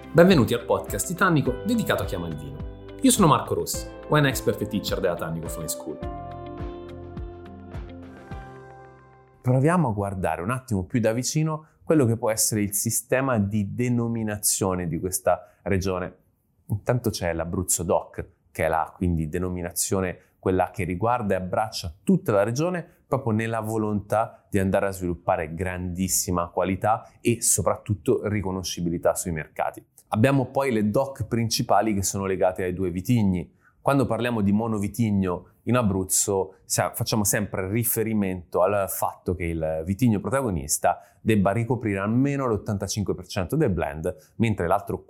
Benvenuti al podcast Titanico dedicato a chi ama il vino. Io sono Marco Rossi, wine expert e teacher della Tannico Fine School. Proviamo a guardare un attimo più da vicino quello che può essere il sistema di denominazione di questa regione. Intanto c'è l'Abruzzo DOC, che è la quindi denominazione quella che riguarda e abbraccia tutta la regione proprio nella volontà di andare a sviluppare grandissima qualità e soprattutto riconoscibilità sui mercati. Abbiamo poi le DOC principali che sono legate ai due vitigni. Quando parliamo di monovitigno in Abruzzo facciamo sempre riferimento al fatto che il vitigno protagonista debba ricoprire almeno l'85% del blend, mentre l'altro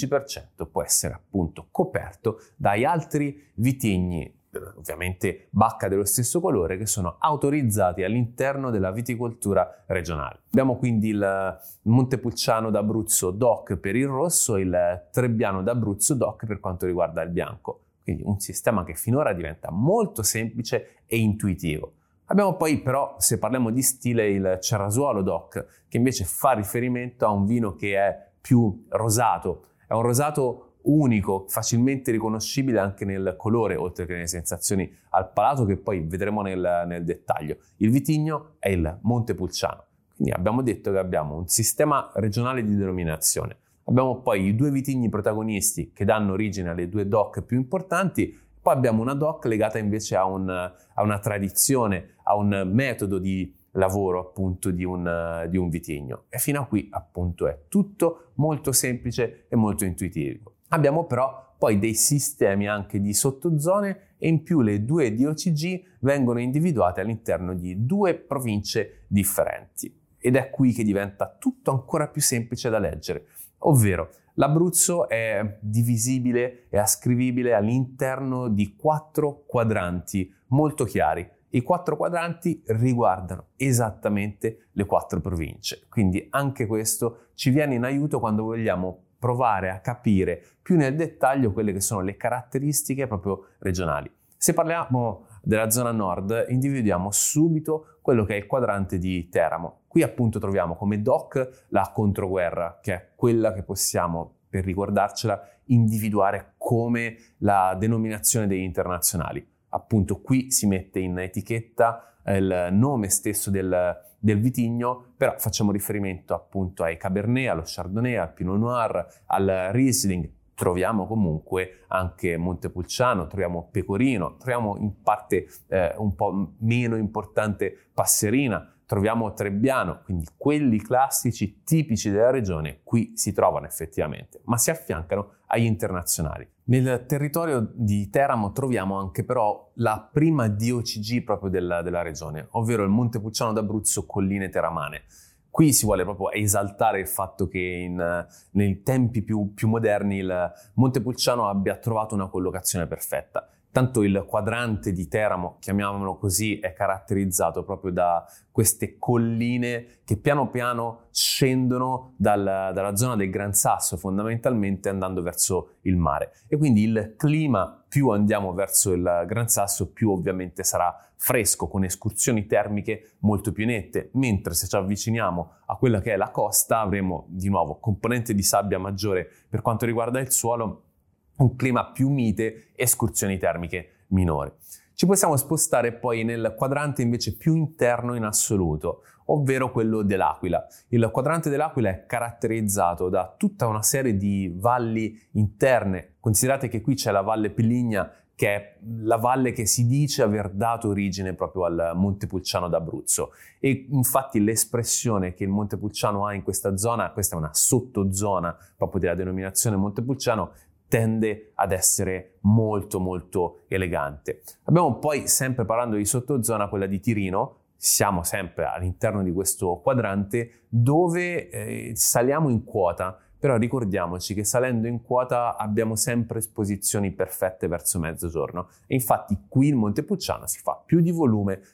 15% può essere appunto coperto dagli altri vitigni, ovviamente bacca dello stesso colore, che sono autorizzati all'interno della viticoltura regionale. Abbiamo quindi il Montepulciano d'Abruzzo DOC per il rosso e il Trebbiano d'Abruzzo DOC per quanto riguarda il bianco. Quindi un sistema che finora diventa molto semplice e intuitivo. Abbiamo poi però, se parliamo di stile, il Cerrasuolo DOC, che invece fa riferimento a un vino che è più rosato. È un rosato unico, facilmente riconoscibile anche nel colore, oltre che nelle sensazioni al palato, che poi vedremo nel dettaglio. Il vitigno è il Montepulciano. Quindi abbiamo detto che abbiamo un sistema regionale di denominazione. Abbiamo poi i due vitigni protagonisti che danno origine alle due DOC più importanti, poi abbiamo una DOC legata invece a una tradizione, a un metodo di lavoro appunto di un vitigno. E fino a qui appunto è tutto molto semplice e molto intuitivo. Abbiamo però poi dei sistemi anche di sottozone e in più le due DOCG vengono individuate all'interno di due province differenti. Ed è qui che diventa tutto ancora più semplice da leggere. Ovvero, l'Abruzzo è divisibile e ascrivibile all'interno di 4 quadranti molto chiari. I 4 quadranti riguardano esattamente le 4 province. Quindi anche questo ci viene in aiuto quando vogliamo provare a capire più nel dettaglio quelle che sono le caratteristiche proprio regionali. Se parliamo della zona nord, individuiamo subito quello che è il quadrante di Teramo. Qui appunto troviamo come DOC la Controguerra, che è quella che possiamo, per ricordarcela, individuare come la denominazione degli internazionali. Appunto qui si mette in etichetta il nome stesso del vitigno, però facciamo riferimento appunto ai Cabernet, allo Chardonnay, al Pinot Noir, al Riesling. Troviamo comunque anche Montepulciano, troviamo Pecorino, troviamo in parte un po' meno importante Passerina, troviamo Trebbiano, quindi quelli classici tipici della regione qui si trovano effettivamente, ma si affiancano agli internazionali. Nel territorio di Teramo troviamo anche però la prima DOCG proprio della regione, ovvero il Montepulciano d'Abruzzo Colline Teramane. Qui si vuole proprio esaltare il fatto che nei tempi più moderni il Montepulciano abbia trovato una collocazione perfetta. Tanto il quadrante di Teramo, chiamiamolo così, è caratterizzato proprio da queste colline che piano piano scendono dalla zona del Gran Sasso, fondamentalmente andando verso il mare. E quindi il clima, più andiamo verso il Gran Sasso, più ovviamente sarà fresco, con escursioni termiche molto più nette, mentre se ci avviciniamo a quella che è la costa avremo di nuovo componente di sabbia maggiore per quanto riguarda il suolo, un clima più mite, escursioni termiche minori. Ci possiamo spostare poi nel quadrante invece più interno in assoluto, ovvero quello dell'Aquila. Il quadrante dell'Aquila è caratterizzato da tutta una serie di valli interne. Considerate che qui c'è la Valle Peligna, che è la valle che si dice aver dato origine proprio al Montepulciano d'Abruzzo. E infatti l'espressione che il Montepulciano ha in questa zona, questa è una sottozona proprio della denominazione Montepulciano, tende ad essere molto molto elegante. Abbiamo poi, sempre parlando di sottozona, quella di Tirino. Siamo sempre all'interno di questo quadrante dove saliamo in quota, però ricordiamoci che salendo in quota abbiamo sempre esposizioni perfette verso mezzogiorno e infatti qui il Montepulciano si fa più di volume,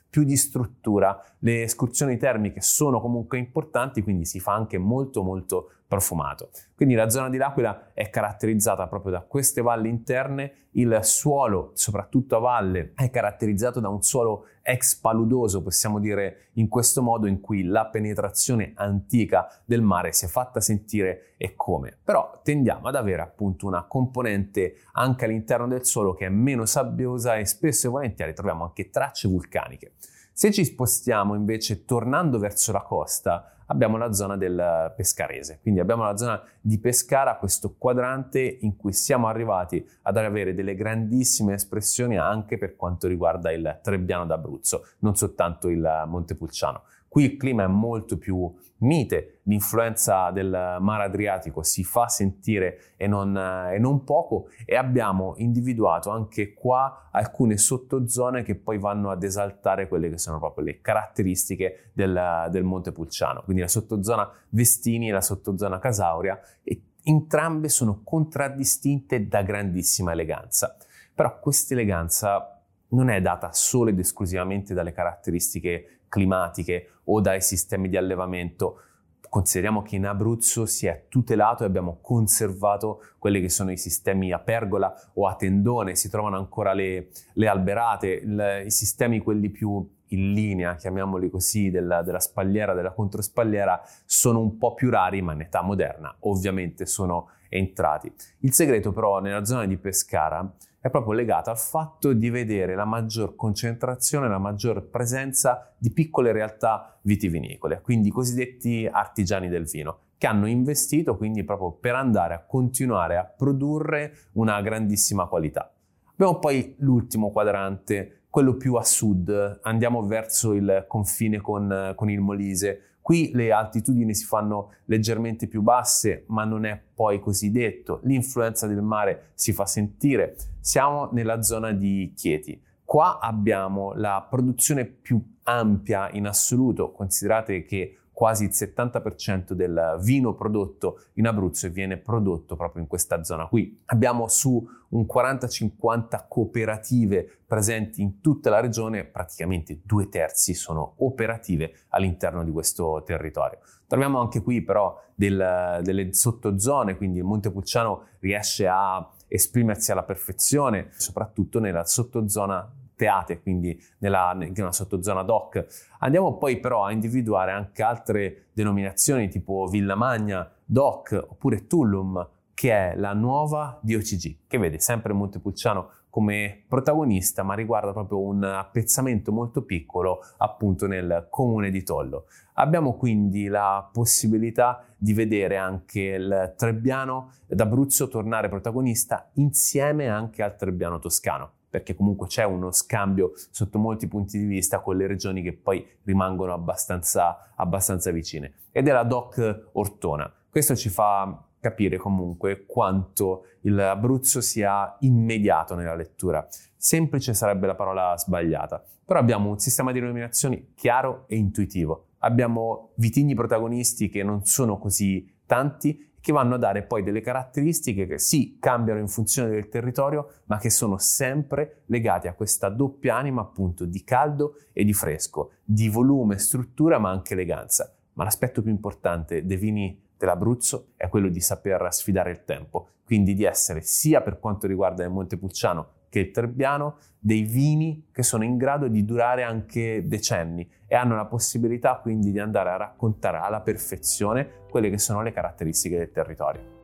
più di struttura, le escursioni termiche sono comunque importanti, quindi si fa anche molto molto profumato. Quindi la zona di L'Aquila è caratterizzata proprio da queste valli interne, il suolo, soprattutto a valle, è caratterizzato da un suolo ex-paludoso, possiamo dire in questo modo, in cui la penetrazione antica del mare si è fatta sentire e come. Però tendiamo ad avere appunto una componente anche all'interno del suolo che è meno sabbiosa e spesso e volentieri troviamo anche tracce vulcaniche. Se ci spostiamo invece tornando verso la costa, abbiamo la zona del Pescarese, quindi abbiamo la zona di Pescara, questo quadrante in cui siamo arrivati ad avere delle grandissime espressioni anche per quanto riguarda il Trebbiano d'Abruzzo, non soltanto il Montepulciano. Qui il clima è molto più mite, l'influenza del mare Adriatico si fa sentire e non poco, e abbiamo individuato anche qua alcune sottozone che poi vanno ad esaltare quelle che sono proprio le caratteristiche del Montepulciano, quindi la sottozona Vestini e la sottozona Casauria, e entrambe sono contraddistinte da grandissima eleganza. Però questa eleganza non è data solo ed esclusivamente dalle caratteristiche climatiche o dai sistemi di allevamento. Consideriamo che in Abruzzo si è tutelato e abbiamo conservato quelli che sono i sistemi a pergola o a tendone, si trovano ancora le alberate, i sistemi quelli più in linea, chiamiamoli così, della spalliera, della controspalliera, sono un po' più rari, ma in età moderna ovviamente sono entrati. Il segreto però nella zona di Pescara è proprio legato al fatto di vedere la maggior concentrazione, la maggior presenza di piccole realtà vitivinicole, quindi i cosiddetti artigiani del vino, che hanno investito quindi proprio per andare a continuare a produrre una grandissima qualità. Abbiamo poi l'ultimo quadrante, quello più a sud, andiamo verso il confine con il Molise. Qui le altitudini si fanno leggermente più basse, ma non è poi così detto. L'influenza del mare si fa sentire. Siamo nella zona di Chieti. Qua abbiamo la produzione più ampia in assoluto. Considerate che quasi il 70% del vino prodotto in Abruzzo viene prodotto proprio in questa zona qui. Abbiamo su un 40-50 cooperative presenti in tutta la regione, praticamente 2/3 sono operative all'interno di questo territorio. Troviamo anche qui però delle sottozone, quindi il Montepulciano riesce a esprimersi alla perfezione, soprattutto nella sottozona Teate, quindi nella sottozona DOC. Andiamo poi però a individuare anche altre denominazioni tipo Villamagna, DOC oppure Tullum, che è la nuova DOCG, che vede sempre Montepulciano come protagonista, ma riguarda proprio un appezzamento molto piccolo appunto nel comune di Tollo. Abbiamo quindi la possibilità di vedere anche il Trebbiano d'Abruzzo tornare protagonista insieme anche al Trebbiano toscano, perché comunque c'è uno scambio sotto molti punti di vista con le regioni che poi rimangono abbastanza vicine. Ed è la DOC Ortona. Questo ci fa capire comunque quanto l'Abruzzo sia immediato nella lettura. Semplice sarebbe la parola sbagliata, però abbiamo un sistema di denominazioni chiaro e intuitivo. Abbiamo vitigni protagonisti che non sono così tanti, che vanno a dare poi delle caratteristiche che sì, cambiano in funzione del territorio, ma che sono sempre legati a questa doppia anima appunto di caldo e di fresco, di volume, struttura, ma anche eleganza. Ma l'aspetto più importante dei vini dell'Abruzzo è quello di saper sfidare il tempo, quindi di essere, sia per quanto riguarda il Montepulciano che il Trebbiano, dei vini che sono in grado di durare anche decenni e hanno la possibilità quindi di andare a raccontare alla perfezione quelle che sono le caratteristiche del territorio.